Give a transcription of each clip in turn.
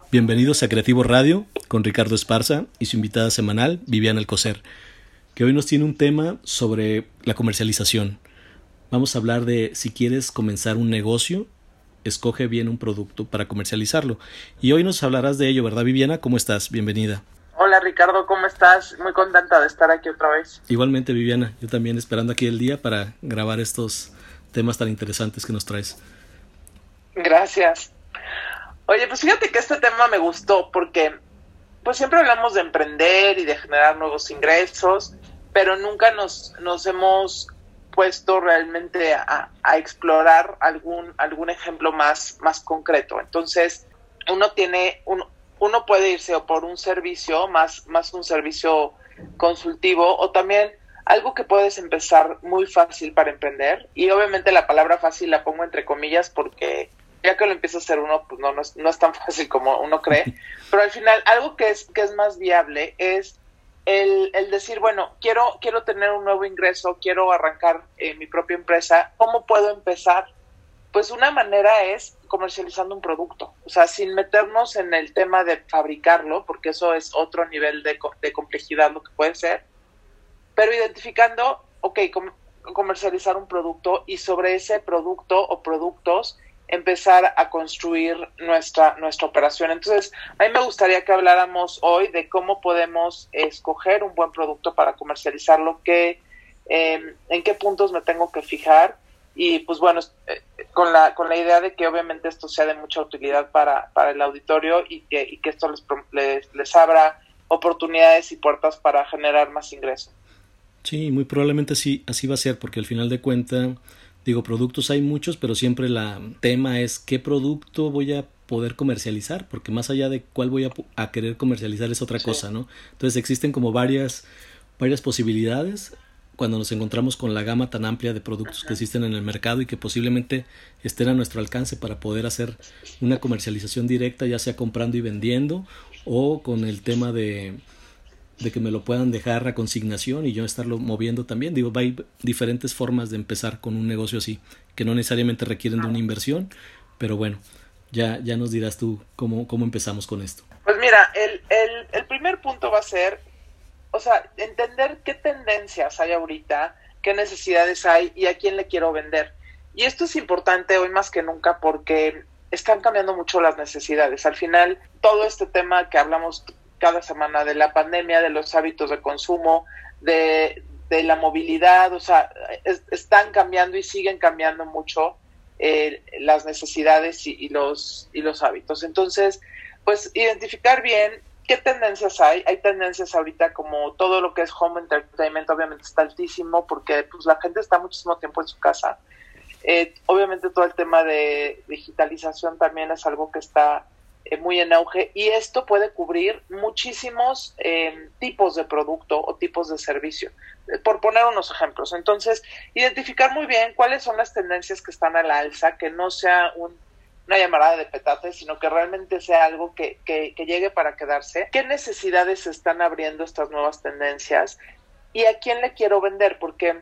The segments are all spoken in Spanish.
Bienvenidos a Creativo Radio con Ricardo Esparza y su invitada semanal, Viviana Alcocer, que hoy nos tiene un tema sobre la comercialización. Vamos a hablar de si quieres comenzar un negocio, escoge bien un producto para comercializarlo. Y hoy nos hablarás de ello, ¿verdad, Viviana? ¿Cómo estás? Bienvenida. Hola Ricardo, ¿cómo estás? Muy contenta de estar aquí otra vez. Igualmente, Viviana, yo también esperando aquí el día para grabar estos temas tan interesantes que nos traes. Gracias. Oye, pues fíjate que este tema me gustó porque pues siempre hablamos de emprender y de generar nuevos ingresos, pero nunca nos hemos puesto realmente a explorar algún ejemplo más concreto. Entonces, uno puede irse o por un servicio, más un servicio consultivo, o también algo que puedes empezar muy fácil para emprender. Y obviamente la palabra fácil la pongo entre comillas porque ya que lo empieza a hacer uno, pues no es tan fácil como uno cree. Pero al final, algo que es más viable es el decir, bueno, quiero tener un nuevo ingreso, quiero arrancar mi propia empresa. ¿Cómo puedo empezar? Pues una manera es comercializando un producto, o sea, sin meternos en el tema de fabricarlo, porque eso es otro nivel de complejidad lo que puede ser, pero identificando, comercializar un producto y sobre ese producto o productos empezar a construir nuestra operación. Entonces, a mí me gustaría que habláramos hoy de cómo podemos escoger un buen producto para comercializarlo, en qué puntos me tengo que fijar y pues bueno, con la idea de que obviamente esto sea de mucha utilidad para el auditorio y que esto les abra oportunidades y puertas para generar más ingresos. Sí, muy probablemente sí, así va a ser, porque al final de cuentas, productos hay muchos, pero siempre el tema es qué producto voy a poder comercializar, porque más allá de cuál voy a querer comercializar es otra cosa, ¿no? Entonces existen como varias posibilidades cuando nos encontramos con la gama tan amplia de productos que existen en el mercado y que posiblemente estén a nuestro alcance para poder hacer una comercialización directa, ya sea comprando y vendiendo o con el tema de que me lo puedan dejar a consignación y yo estarlo moviendo también. Hay diferentes formas de empezar con un negocio así, que no necesariamente requieren de una inversión, pero bueno, ya nos dirás tú cómo empezamos con esto. Pues mira, el primer punto va a ser, entender qué tendencias hay ahorita, qué necesidades hay y a quién le quiero vender. Y esto es importante hoy más que nunca porque están cambiando mucho las necesidades. Al final, todo este tema que hablamos cada semana de la pandemia, de los hábitos de consumo, de la movilidad, están cambiando y siguen cambiando mucho las necesidades y los hábitos. Entonces, pues identificar bien qué tendencias hay. Hay tendencias ahorita como todo lo que es home entertainment, obviamente está altísimo porque pues la gente está muchísimo tiempo en su casa. Obviamente todo el tema de digitalización también es algo que está muy en auge y esto puede cubrir muchísimos tipos de producto o tipos de servicio, por poner unos ejemplos. Entonces, identificar muy bien cuáles son las tendencias que están a la alza, que no sea una llamarada de petate, sino que realmente sea algo que llegue para quedarse. ¿Qué necesidades se están abriendo estas nuevas tendencias? ¿Y a quién le quiero vender? Porque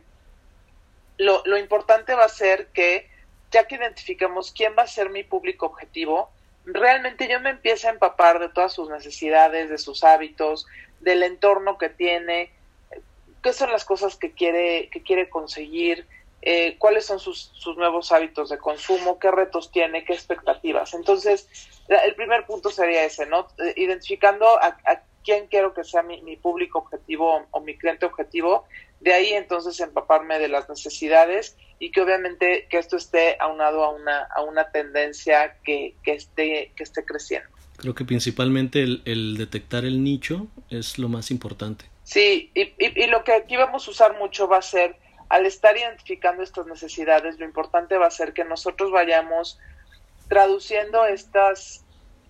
lo importante va a ser que, ya que identificamos quién va a ser mi público objetivo, realmente yo me empiezo a empapar de todas sus necesidades, de sus hábitos, del entorno que tiene, qué son las cosas que quiere conseguir, cuáles son sus nuevos hábitos de consumo, qué retos tiene, qué expectativas. Entonces, el primer punto sería ese, ¿no? Identificando a quién quiero que sea mi público objetivo o mi cliente objetivo. De ahí entonces empaparme de las necesidades y que obviamente que esto esté aunado a una tendencia que esté creciendo. Creo que principalmente el detectar el nicho es lo más importante. Sí, y lo que aquí vamos a usar mucho va a ser, al estar identificando estas necesidades, lo importante va a ser que nosotros vayamos traduciendo estos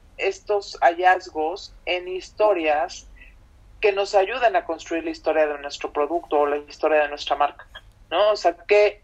hallazgos en historias que nos ayuden a construir la historia de nuestro producto o la historia de nuestra marca, ¿no? O sea, que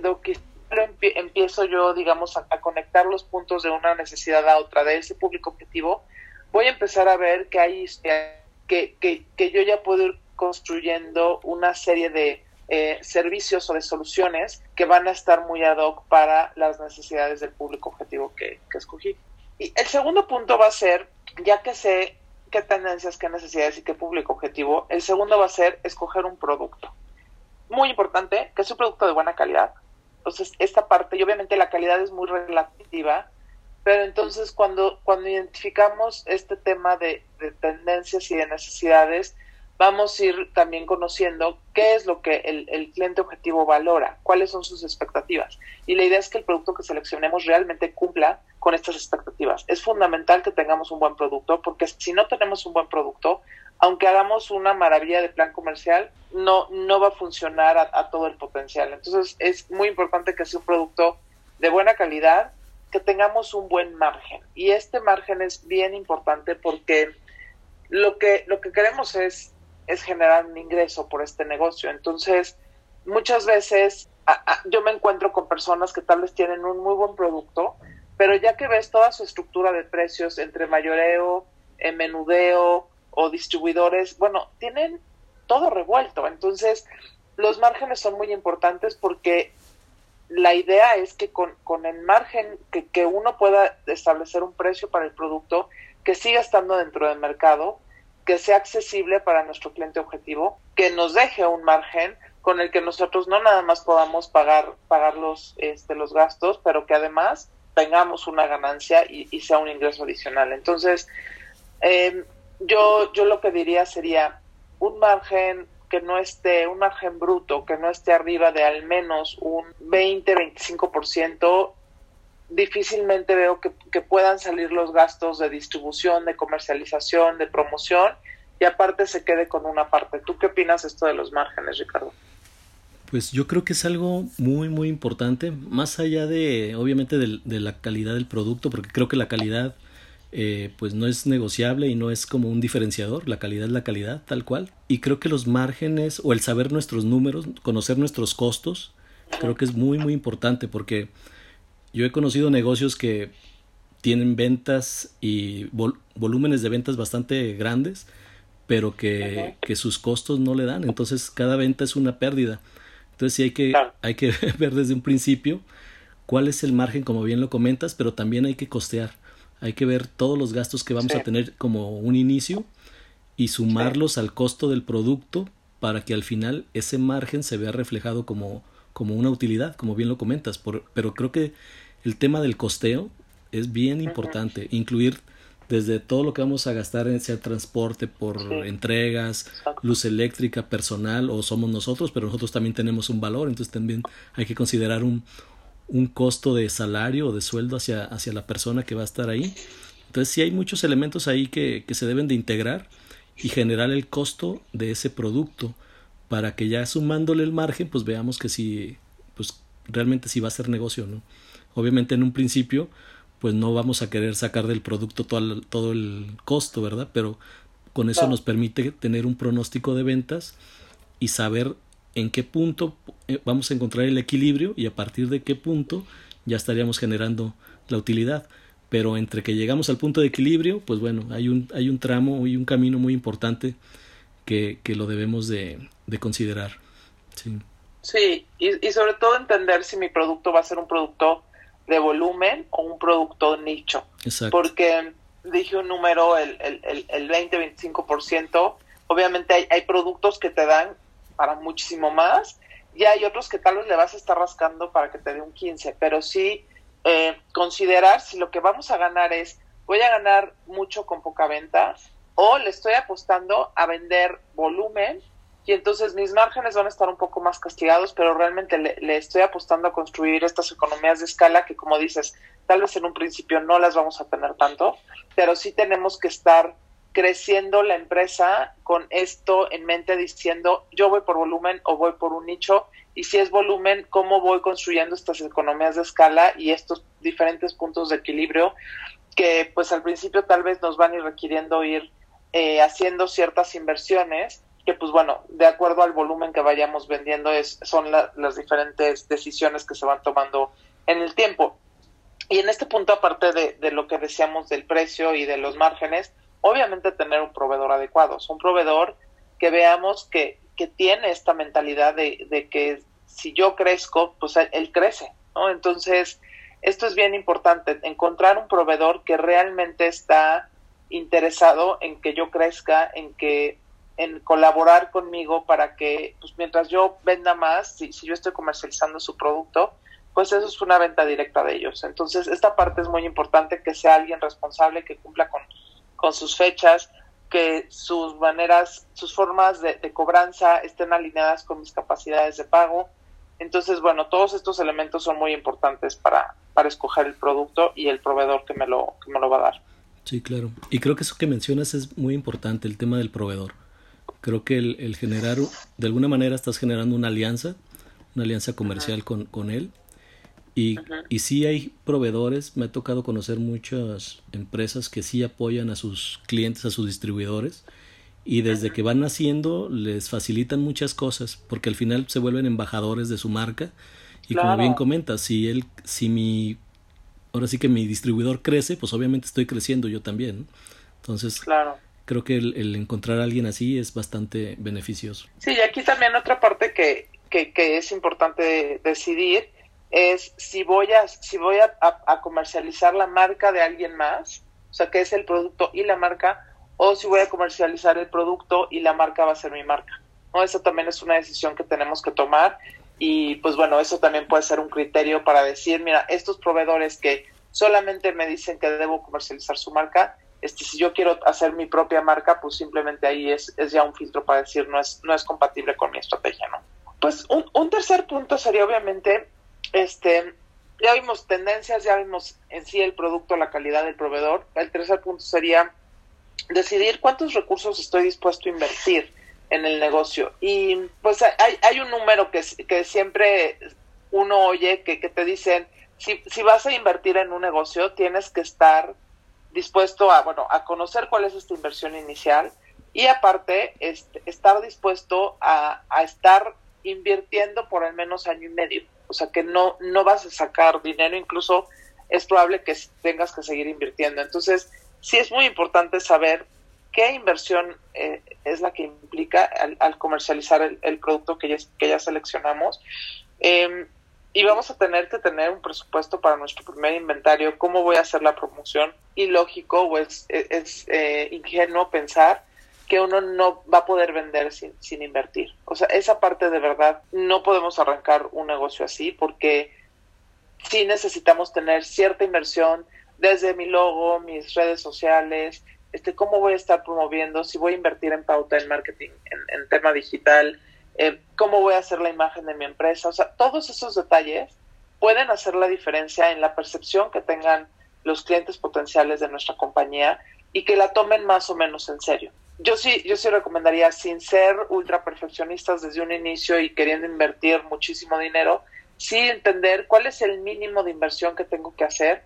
empiezo yo, digamos, a conectar los puntos de una necesidad a otra, de ese público objetivo, voy a empezar a ver que hay que yo ya puedo ir construyendo una serie de servicios o de soluciones que van a estar muy ad hoc para las necesidades del público objetivo que escogí. Y el segundo punto va a ser ya que sé qué tendencias, qué necesidades y qué público objetivo, el segundo va a ser escoger un producto. Muy importante, que es un producto de buena calidad. Entonces, esta parte, y obviamente la calidad es muy relativa, pero entonces cuando identificamos este tema de tendencias y de necesidades, vamos a ir también conociendo qué es lo que el cliente objetivo valora, cuáles son sus expectativas. Y la idea es que el producto que seleccionemos realmente cumpla con estas expectativas. Es fundamental que tengamos un buen producto, porque si no tenemos un buen producto, aunque hagamos una maravilla de plan comercial, no va a funcionar a todo el potencial. Entonces es muy importante que sea un producto de buena calidad, que tengamos un buen margen. Y este margen es bien importante porque lo que queremos es generar un ingreso por este negocio. Entonces, muchas veces yo me encuentro con personas que tal vez tienen un muy buen producto, pero ya que ves toda su estructura de precios entre mayoreo, menudeo o distribuidores, bueno, tienen todo revuelto. Entonces, los márgenes son muy importantes porque la idea es que con el margen que uno pueda establecer un precio para el producto que siga estando dentro del mercado, que sea accesible para nuestro cliente objetivo, que nos deje un margen con el que nosotros no nada más podamos pagar los gastos, pero que además tengamos una ganancia y sea un ingreso adicional. Entonces, yo lo que diría sería un margen un margen bruto, que no esté arriba de al menos un 20-25%, difícilmente veo que puedan salir los gastos de distribución, de comercialización, de promoción, y aparte se quede con una parte. ¿Tú qué opinas esto de los márgenes, Ricardo? Pues yo creo que es algo muy muy importante, más allá de obviamente de la calidad del producto, porque creo que la calidad pues no es negociable y no es como un diferenciador. La calidad es la calidad tal cual, y creo que los márgenes o el saber nuestros números, conocer nuestros costos, creo que es muy muy importante, porque yo he conocido negocios que tienen ventas y volúmenes de ventas bastante grandes, pero que sus costos no le dan. Entonces cada venta es una pérdida. Entonces sí hay que ver desde un principio cuál es el margen, como bien lo comentas, pero también hay que costear. Hay que ver todos los gastos que vamos a tener como un inicio y sumarlos al costo del producto para que al final ese margen se vea reflejado como una utilidad, como bien lo comentas. Pero creo que el tema del costeo es bien importante, incluir desde todo lo que vamos a gastar en sea transporte por entregas, luz eléctrica, personal, o somos nosotros, pero nosotros también tenemos un valor. Entonces también hay que considerar un costo de salario o de sueldo hacia la persona que va a estar ahí. Entonces sí hay muchos elementos ahí que se deben de integrar y generar el costo de ese producto, para que ya sumándole el margen pues veamos que si pues realmente sí va a ser negocio, ¿no? Obviamente en un principio pues no vamos a querer sacar del producto todo el costo, ¿verdad? Pero con eso nos permite tener un pronóstico de ventas y saber en qué punto vamos a encontrar el equilibrio, y a partir de qué punto ya estaríamos generando la utilidad. Pero entre que llegamos al punto de equilibrio, pues bueno, hay un tramo y un camino muy importante que lo debemos de considerar. Sí, y sobre todo entender si mi producto va a ser un producto de volumen o un producto nicho. Exacto. Porque dije un número, el 20-25%, obviamente hay productos que te dan para muchísimo más, y hay otros que tal vez le vas a estar rascando para que te dé un 15%, pero sí considerar si lo que vamos a ganar es, voy a ganar mucho con poca venta, o le estoy apostando a vender volumen, y entonces mis márgenes van a estar un poco más castigados, pero realmente le estoy apostando a construir estas economías de escala que, como dices, tal vez en un principio no las vamos a tener tanto, pero sí tenemos que estar creciendo la empresa con esto en mente, diciendo yo voy por volumen o voy por un nicho, y si es volumen, cómo voy construyendo estas economías de escala y estos diferentes puntos de equilibrio que pues al principio tal vez nos van a ir requiriendo ir haciendo ciertas inversiones que pues bueno, de acuerdo al volumen que vayamos vendiendo son las diferentes decisiones que se van tomando en el tiempo. Y en este punto, aparte de lo que decíamos del precio y de los márgenes, obviamente tener un proveedor adecuado, un proveedor que veamos que tiene esta mentalidad de que si yo crezco, pues él crece, ¿no? Entonces, esto es bien importante, encontrar un proveedor que realmente está interesado en que yo crezca, en colaborar conmigo para que, pues mientras yo venda más, si yo estoy comercializando su producto, pues eso es una venta directa de ellos. Entonces, esta parte es muy importante, que sea alguien responsable, que cumpla con sus fechas, que sus maneras, sus formas de cobranza estén alineadas con mis capacidades de pago. Entonces, bueno, todos estos elementos son muy importantes para escoger el producto y el proveedor que me lo va a dar. Sí, claro. Y creo que eso que mencionas es muy importante, el tema del proveedor. Creo que el generar, de alguna manera estás generando una alianza comercial con él. Y sí hay proveedores, me ha tocado conocer muchas empresas que sí apoyan a sus clientes, a sus distribuidores, y desde que van haciendo les facilitan muchas cosas, porque al final se vuelven embajadores de su marca. Y Claro. como bien comentas, ahora sí que mi distribuidor crece, pues obviamente estoy creciendo yo también, ¿no? Entonces, Claro. creo que el encontrar a alguien así es bastante beneficioso. Sí, y aquí también otra parte que es importante decidir es si voy a comercializar la marca de alguien más, o sea, que es el producto y la marca, o si voy a comercializar el producto y la marca va a ser mi marca, ¿no? Eso también es una decisión que tenemos que tomar, y pues bueno, eso también puede ser un criterio para decir, mira, estos proveedores que solamente me dicen que debo comercializar su marca, si yo quiero hacer mi propia marca, pues simplemente ahí es ya un filtro para decir no es compatible con mi estrategia, ¿no? Pues un tercer punto sería obviamente, ya vimos tendencias, ya vimos en sí el producto, la calidad del proveedor. El tercer punto sería decidir cuántos recursos estoy dispuesto a invertir en el negocio. Y pues hay un número que siempre uno oye que te dicen, si vas a invertir en un negocio, tienes que estar dispuesto a conocer cuál es esta inversión inicial, y aparte estar dispuesto a estar invirtiendo por al menos año y medio. O sea, que no vas a sacar dinero, incluso es probable que tengas que seguir invirtiendo. Entonces, sí es muy importante saber qué inversión es la que implica al comercializar el producto que ya seleccionamos. Y vamos a tener que tener un presupuesto para nuestro primer inventario, cómo voy a hacer la promoción. Y lógico, o es ingenuo pensar que uno no va a poder vender sin invertir. O sea, esa parte de verdad no podemos arrancar un negocio así, porque sí necesitamos tener cierta inversión desde mi logo, mis redes sociales, cómo voy a estar promoviendo, si voy a invertir en pauta, en marketing, en tema digital, cómo voy a hacer la imagen de mi empresa. O sea, todos esos detalles pueden hacer la diferencia en la percepción que tengan los clientes potenciales de nuestra compañía y que la tomen más o menos en serio. Yo sí recomendaría, sin ser ultra perfeccionistas desde un inicio y queriendo invertir muchísimo dinero, sí entender cuál es el mínimo de inversión que tengo que hacer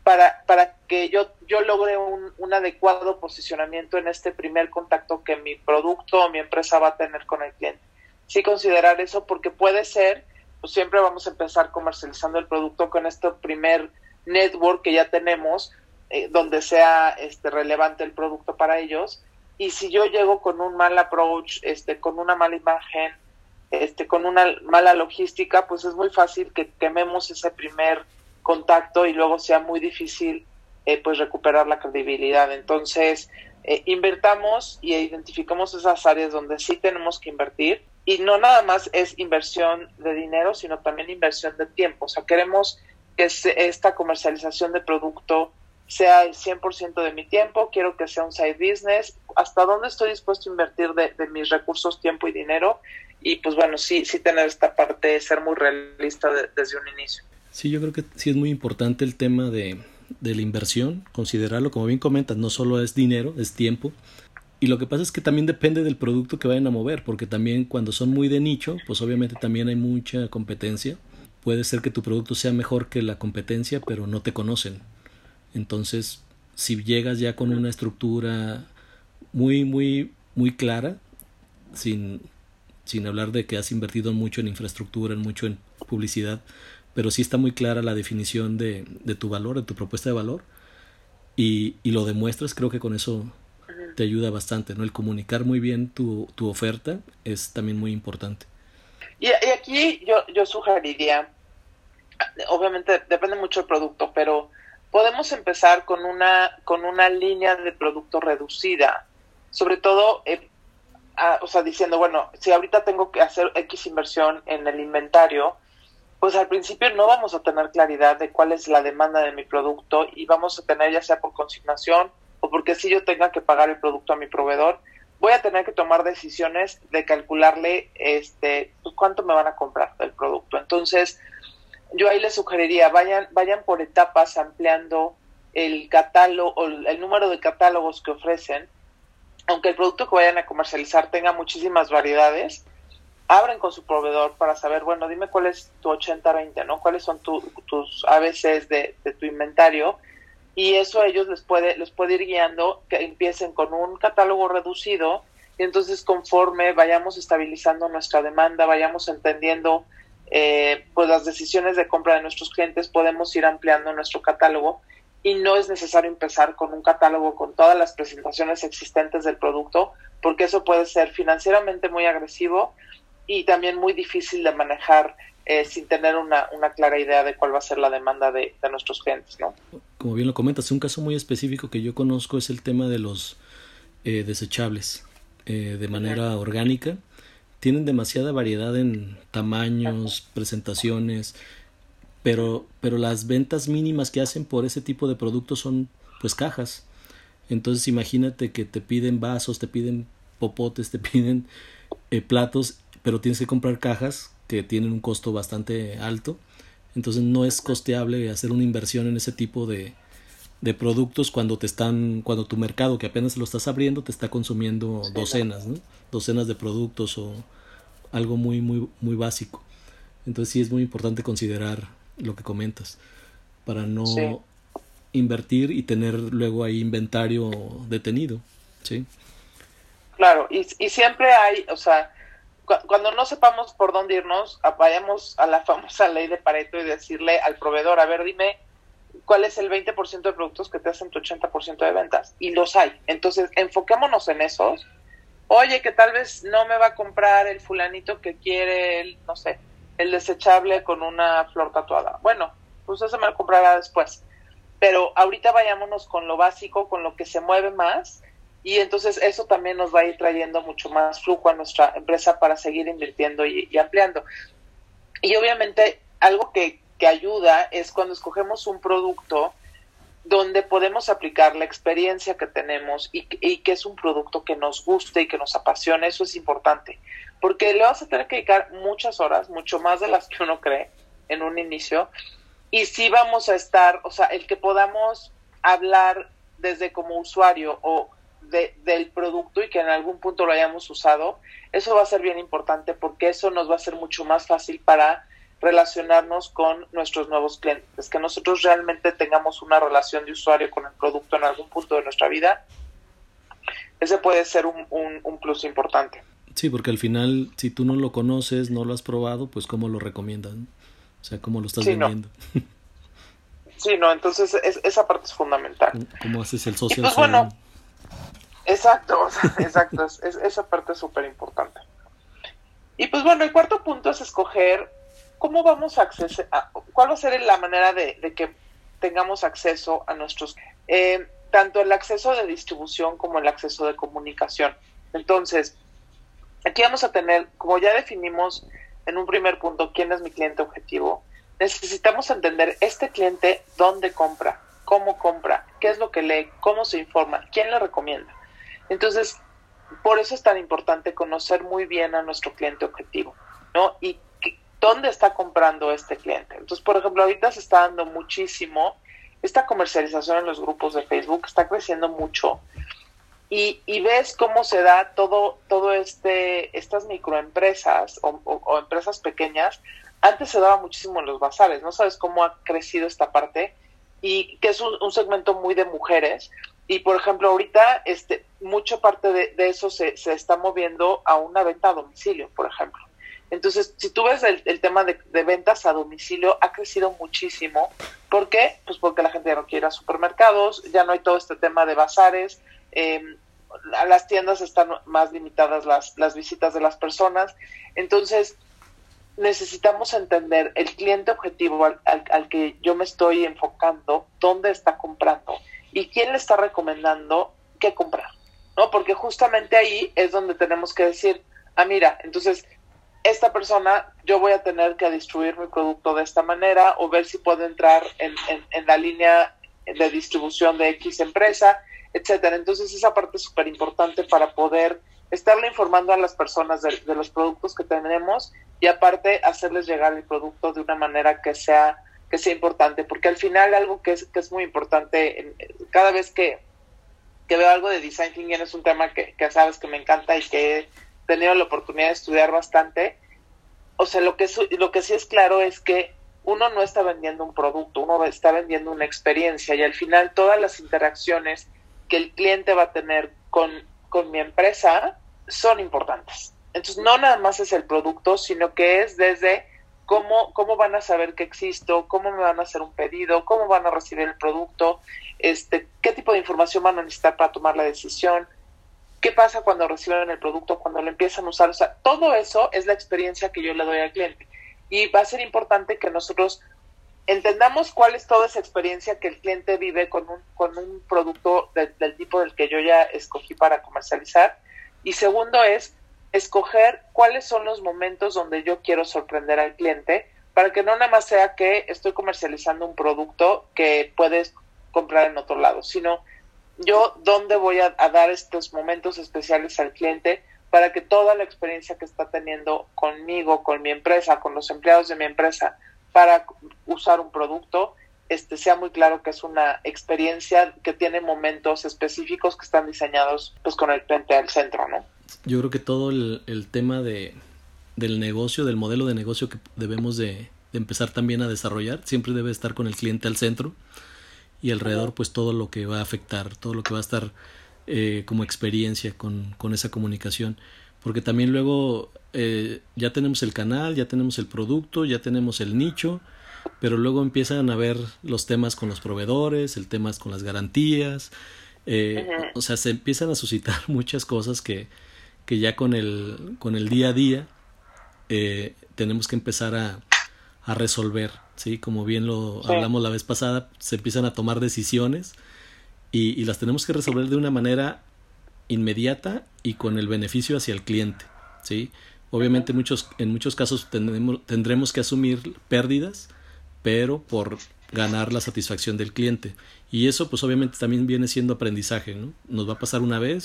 para que yo logre un adecuado posicionamiento en este primer contacto que mi producto o mi empresa va a tener con el cliente. Sí considerar eso, porque puede ser, pues siempre vamos a empezar comercializando el producto con este primer network que ya tenemos, donde sea relevante el producto para ellos. Y si yo llego con un mal approach, con una mala imagen, con una mala logística, pues es muy fácil que quememos ese primer contacto y luego sea muy difícil pues recuperar la credibilidad. Entonces, invertamos y identificamos esas áreas donde sí tenemos que invertir, y no nada más es inversión de dinero, sino también inversión de tiempo. O sea, queremos que esta comercialización de producto sea el 100% de mi tiempo, quiero que sea un side business, hasta dónde estoy dispuesto a invertir de mis recursos, tiempo y dinero. Y pues bueno, sí tener esta parte, ser muy realista desde un inicio. Sí, yo creo que sí es muy importante el tema de la inversión, considerarlo, como bien comentas, no solo es dinero, es tiempo. Y lo que pasa es que también depende del producto que vayan a mover, porque también cuando son muy de nicho, pues obviamente también hay mucha competencia. Puede ser que tu producto sea mejor que la competencia, pero no te conocen. Entonces, si llegas ya con una estructura muy, muy, muy clara, sin hablar de que has invertido mucho en infraestructura, mucho en publicidad, pero sí está muy clara la definición de tu valor, de tu propuesta de valor, y lo demuestras, creo que con eso te ayuda bastante, ¿no? El comunicar muy bien tu oferta es también muy importante. Y aquí yo sugeriría, obviamente depende mucho del producto, pero podemos empezar con una línea de producto reducida, sobre todo, o sea, diciendo, bueno, si ahorita tengo que hacer X inversión en el inventario, pues al principio no vamos a tener claridad de cuál es la demanda de mi producto y vamos a tener, ya sea por consignación o porque si yo tenga que pagar el producto a mi proveedor, voy a tener que tomar decisiones de calcularle pues cuánto me van a comprar del producto. Entonces, yo ahí les sugeriría, vayan por etapas ampliando el catálogo o el número de catálogos que ofrecen. Aunque el producto que vayan a comercializar tenga muchísimas variedades, abren con su proveedor para saber, bueno, dime cuál es tu 80-20, ¿no? ¿Cuáles son tus ABCs de tu inventario? Y eso a ellos les puede ir guiando, que empiecen con un catálogo reducido y entonces conforme vayamos estabilizando nuestra demanda, vayamos entendiendo pues las decisiones de compra de nuestros clientes, podemos ir ampliando nuestro catálogo y no es necesario empezar con un catálogo con todas las presentaciones existentes del producto, porque eso puede ser financieramente muy agresivo y también muy difícil de manejar sin tener una clara idea de cuál va a ser la demanda de nuestros clientes, ¿no? Como bien lo comentas, un caso muy específico que yo conozco es el tema de los desechables de manera orgánica. Tienen demasiada variedad en tamaños, presentaciones, pero las ventas mínimas que hacen por ese tipo de productos son pues cajas. Entonces imagínate que te piden vasos, te piden popotes, te piden platos, pero tienes que comprar cajas que tienen un costo bastante alto. Entonces no es costeable hacer una inversión en ese tipo de productos cuando tu mercado, que apenas lo estás abriendo, te está consumiendo docenas, ¿no? Docenas de productos o algo muy, muy, muy básico. Entonces sí es muy importante considerar lo que comentas para no invertir y tener luego ahí inventario detenido, ¿sí? Claro, y siempre hay, o sea, cuando no sepamos por dónde irnos, vayamos a la famosa ley de Pareto y decirle al proveedor, a ver, dime cuál es el 20% de productos que te hacen tu 80% de ventas, y los hay. Entonces, enfoquémonos en esos. Oye, que tal vez no me va a comprar el fulanito que quiere, no sé, el desechable con una flor tatuada. Bueno, pues eso me lo comprará después. Pero ahorita vayámonos con lo básico, con lo que se mueve más, y entonces eso también nos va a ir trayendo mucho más flujo a nuestra empresa para seguir invirtiendo y ampliando. Y obviamente algo que ayuda es cuando escogemos un producto donde podemos aplicar la experiencia que tenemos y que es un producto que nos guste y que nos apasione. Eso es importante, porque le vas a tener que dedicar muchas horas, mucho más de las que uno cree en un inicio, y sí vamos a estar, o sea, el que podamos hablar desde como usuario o del producto y que en algún punto lo hayamos usado, eso va a ser bien importante porque eso nos va a ser mucho más fácil para relacionarnos con nuestros nuevos clientes, que nosotros realmente tengamos una relación de usuario con el producto en algún punto de nuestra vida. Ese puede ser un plus importante. Sí, porque al final, si tú no lo conoces, no lo has probado, pues ¿cómo lo recomiendas? O sea, ¿cómo lo estás vendiendo? No. Sí, no, entonces esa parte es fundamental. ¿Cómo haces el social? Y pues bueno, exacto, esa parte es súper importante. Y pues bueno, el cuarto punto es escoger cómo vamos a acceder, cuál va a ser la manera de que tengamos acceso a nuestros, tanto el acceso de distribución como el acceso de comunicación. Entonces, aquí vamos a tener, como ya definimos en un primer punto, quién es mi cliente objetivo, necesitamos entender este cliente dónde compra, cómo compra, qué es lo que lee, cómo se informa, quién le recomienda. Entonces, por eso es tan importante conocer muy bien a nuestro cliente objetivo, ¿no? Y dónde está comprando este cliente. Entonces, por ejemplo, ahorita se está dando muchísimo esta comercialización en los grupos de Facebook, está creciendo mucho. Y ves cómo se da todo estas microempresas o empresas pequeñas. Antes se daba muchísimo en los bazares, no sabes cómo ha crecido esta parte, y que es un segmento muy de mujeres. Y por ejemplo, ahorita mucha parte de eso se está moviendo a una venta a domicilio, por ejemplo. Entonces, si tú ves el tema de ventas a domicilio, ha crecido muchísimo. ¿Por qué? Pues porque la gente ya no quiere ir a supermercados, ya no hay todo este tema de bazares, a las tiendas están más limitadas las visitas de las personas. Entonces, necesitamos entender el cliente objetivo al que yo me estoy enfocando, dónde está comprando y quién le está recomendando qué comprar, ¿no? Porque justamente ahí es donde tenemos que decir, mira, entonces esta persona, yo voy a tener que distribuir mi producto de esta manera o ver si puedo entrar en la línea de distribución de X empresa, etcétera. Entonces esa parte es súper importante para poder estarle informando a las personas de los productos que tenemos y aparte hacerles llegar el producto de una manera que sea importante, porque al final algo que es muy importante, cada vez que veo algo de design thinking, es un tema que sabes que me encanta y que he tenido la oportunidad de estudiar bastante. O sea, lo que sí es claro es que uno no está vendiendo un producto, uno está vendiendo una experiencia y al final todas las interacciones que el cliente va a tener con mi empresa son importantes. Entonces no nada más es el producto, sino que es desde cómo van a saber que existo, cómo me van a hacer un pedido, cómo van a recibir el producto, qué tipo de información van a necesitar para tomar la decisión, qué pasa cuando reciben el producto, cuando lo empiezan a usar. O sea, todo eso es la experiencia que yo le doy al cliente. Y va a ser importante que nosotros entendamos cuál es toda esa experiencia que el cliente vive con un producto del tipo del que yo ya escogí para comercializar. Y segundo es escoger cuáles son los momentos donde yo quiero sorprender al cliente para que no nada más sea que estoy comercializando un producto que puedes comprar en otro lado, sino yo dónde voy a dar estos momentos especiales al cliente para que toda la experiencia que está teniendo conmigo, con mi empresa, con los empleados de mi empresa para usar un producto, sea muy claro que es una experiencia que tiene momentos específicos que están diseñados pues con el cliente al centro, ¿no? Yo creo que todo el tema del negocio, del modelo de negocio que debemos de empezar también a desarrollar, siempre debe estar con el cliente al centro y alrededor pues todo lo que va a afectar, todo lo que va a estar como experiencia con esa comunicación, porque también luego ya tenemos el canal, ya tenemos el producto, ya tenemos el nicho, pero luego empiezan a ver los temas con los proveedores, el tema con las garantías, o sea, se empiezan a suscitar muchas cosas que ya con el día a día tenemos que empezar a resolver, ¿sí? Como bien lo hablamos la vez pasada, se empiezan a tomar decisiones y las tenemos que resolver de una manera inmediata y con el beneficio hacia el cliente, ¿sí? Obviamente en muchos casos tendremos que asumir pérdidas, pero por ganar la satisfacción del cliente. Y eso pues obviamente también viene siendo aprendizaje, ¿no? Nos va a pasar una vez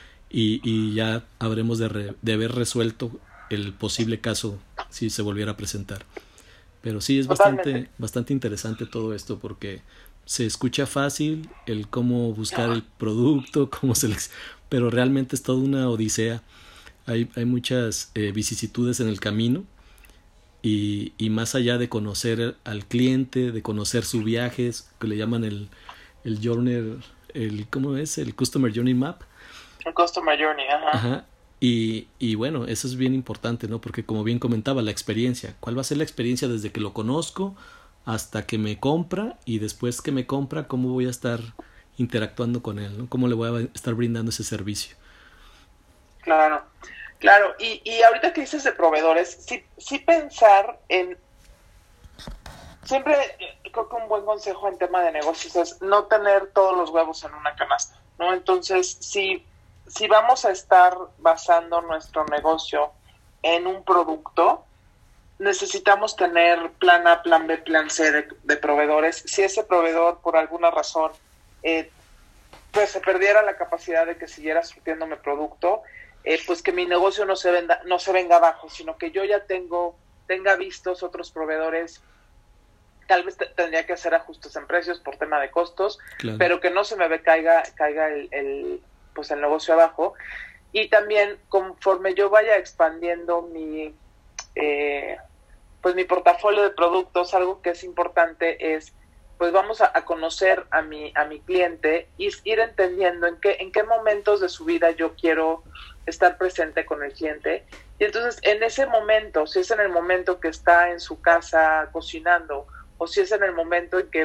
y ya habremos de haber resuelto el posible caso si se volviera a presentar. Pero sí es bastante interesante todo esto porque se escucha fácil el cómo buscar el producto, pero realmente es toda una odisea. Hay muchas vicisitudes en el camino y más allá de conocer al cliente, de conocer su viaje, que le llaman el journey, ¿cómo es? El Customer Journey Map. El Customer Journey, Ajá. Y bueno, eso es bien importante, ¿no? Porque como bien comentaba, la experiencia. ¿Cuál va a ser la experiencia desde que lo conozco hasta que me compra y después que me compra, cómo voy a estar interactuando con él, ¿no? ¿Cómo le voy a estar brindando ese servicio? Claro. Y ahorita que dices de proveedores, sí pensar en... Siempre creo que un buen consejo en tema de negocios es no tener todos los huevos en una canasta, ¿no? Entonces, si vamos a estar basando nuestro negocio en un producto, necesitamos tener plan A, plan B, plan C de proveedores. Si ese proveedor por alguna razón pues se perdiera la capacidad de que siguiera surtiéndome producto, pues que mi negocio no se venga abajo, sino que yo ya tenga vistos otros proveedores. Tal vez tendría que hacer ajustes en precios por tema de costos, claro, pero que no se me caiga el negocio abajo. Y también conforme yo vaya expandiendo mi portafolio de productos, algo que es importante es pues vamos a conocer a mi cliente y ir entendiendo en qué momentos de su vida yo quiero estar presente con el cliente. Y entonces en ese momento, si es en el momento que está en su casa cocinando, o si es en el momento en que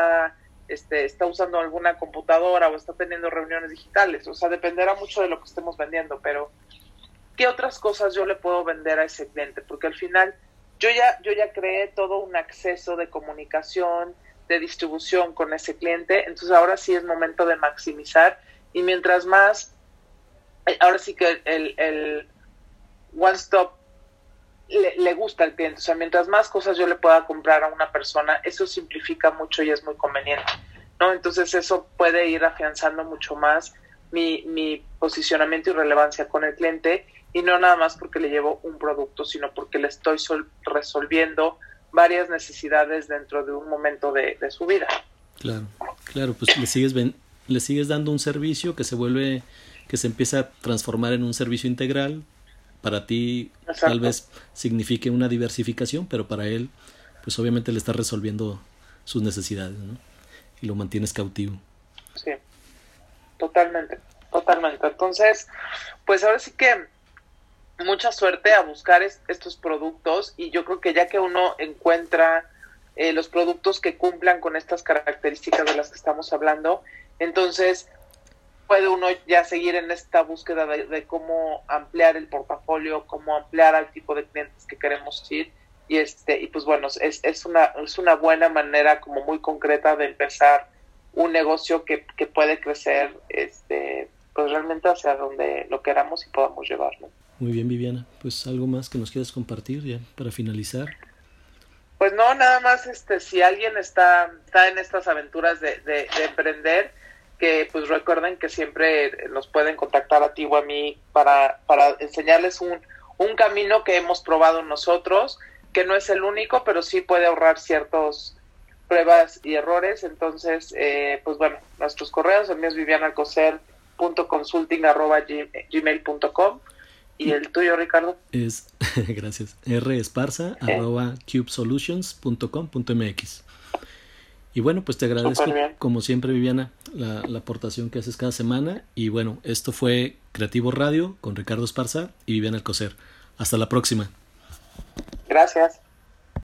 está usando alguna computadora o está teniendo reuniones digitales, o sea, dependerá mucho de lo que estemos vendiendo, pero ¿qué otras cosas yo le puedo vender a ese cliente? Porque al final yo ya creé todo un acceso de comunicación, de distribución con ese cliente, entonces ahora sí es momento de maximizar, y mientras más, ahora sí que el one stop le gusta al cliente, o sea, mientras más cosas yo le pueda comprar a una persona, eso simplifica mucho y es muy conveniente, ¿no? Entonces eso puede ir afianzando mucho más mi posicionamiento y relevancia con el cliente, y no nada más porque le llevo un producto, sino porque le estoy resolviendo varias necesidades dentro de un momento de su vida. Claro, pues le sigues dando un servicio que se empieza a transformar en un servicio integral. Para ti Exacto. tal vez signifique una diversificación, pero para él, pues obviamente le estás resolviendo sus necesidades, ¿no? Y lo mantienes cautivo. Sí, totalmente. Entonces, pues ahora sí que mucha suerte a buscar estos productos, y yo creo que ya que uno encuentra los productos que cumplan con estas características de las que estamos hablando, entonces puede uno ya seguir en esta búsqueda de cómo ampliar el portafolio, cómo ampliar al tipo de clientes que queremos ir, y pues bueno, es una buena manera como muy concreta de empezar un negocio que puede crecer pues realmente hacia donde lo queramos y podamos llevarlo. Muy bien, Viviana, pues algo más que nos quieras compartir ya para finalizar. Pues no, nada más si alguien está en estas aventuras de emprender, que pues recuerden que siempre nos pueden contactar a ti o a mí para enseñarles un camino que hemos probado nosotros, que no es el único, pero sí puede ahorrar ciertas pruebas y errores. Entonces, pues bueno, nuestros correos, el mío es vivianalcoser.consulting@gmail.com. ¿Y el tuyo, Ricardo? Es, gracias, resparza@cubesolutions.com.mx. Y bueno, pues te agradezco como siempre, Viviana, la aportación que haces cada semana. Y bueno, esto fue Creativo Radio con Ricardo Esparza y Viviana Alcocer. Hasta la próxima. Gracias.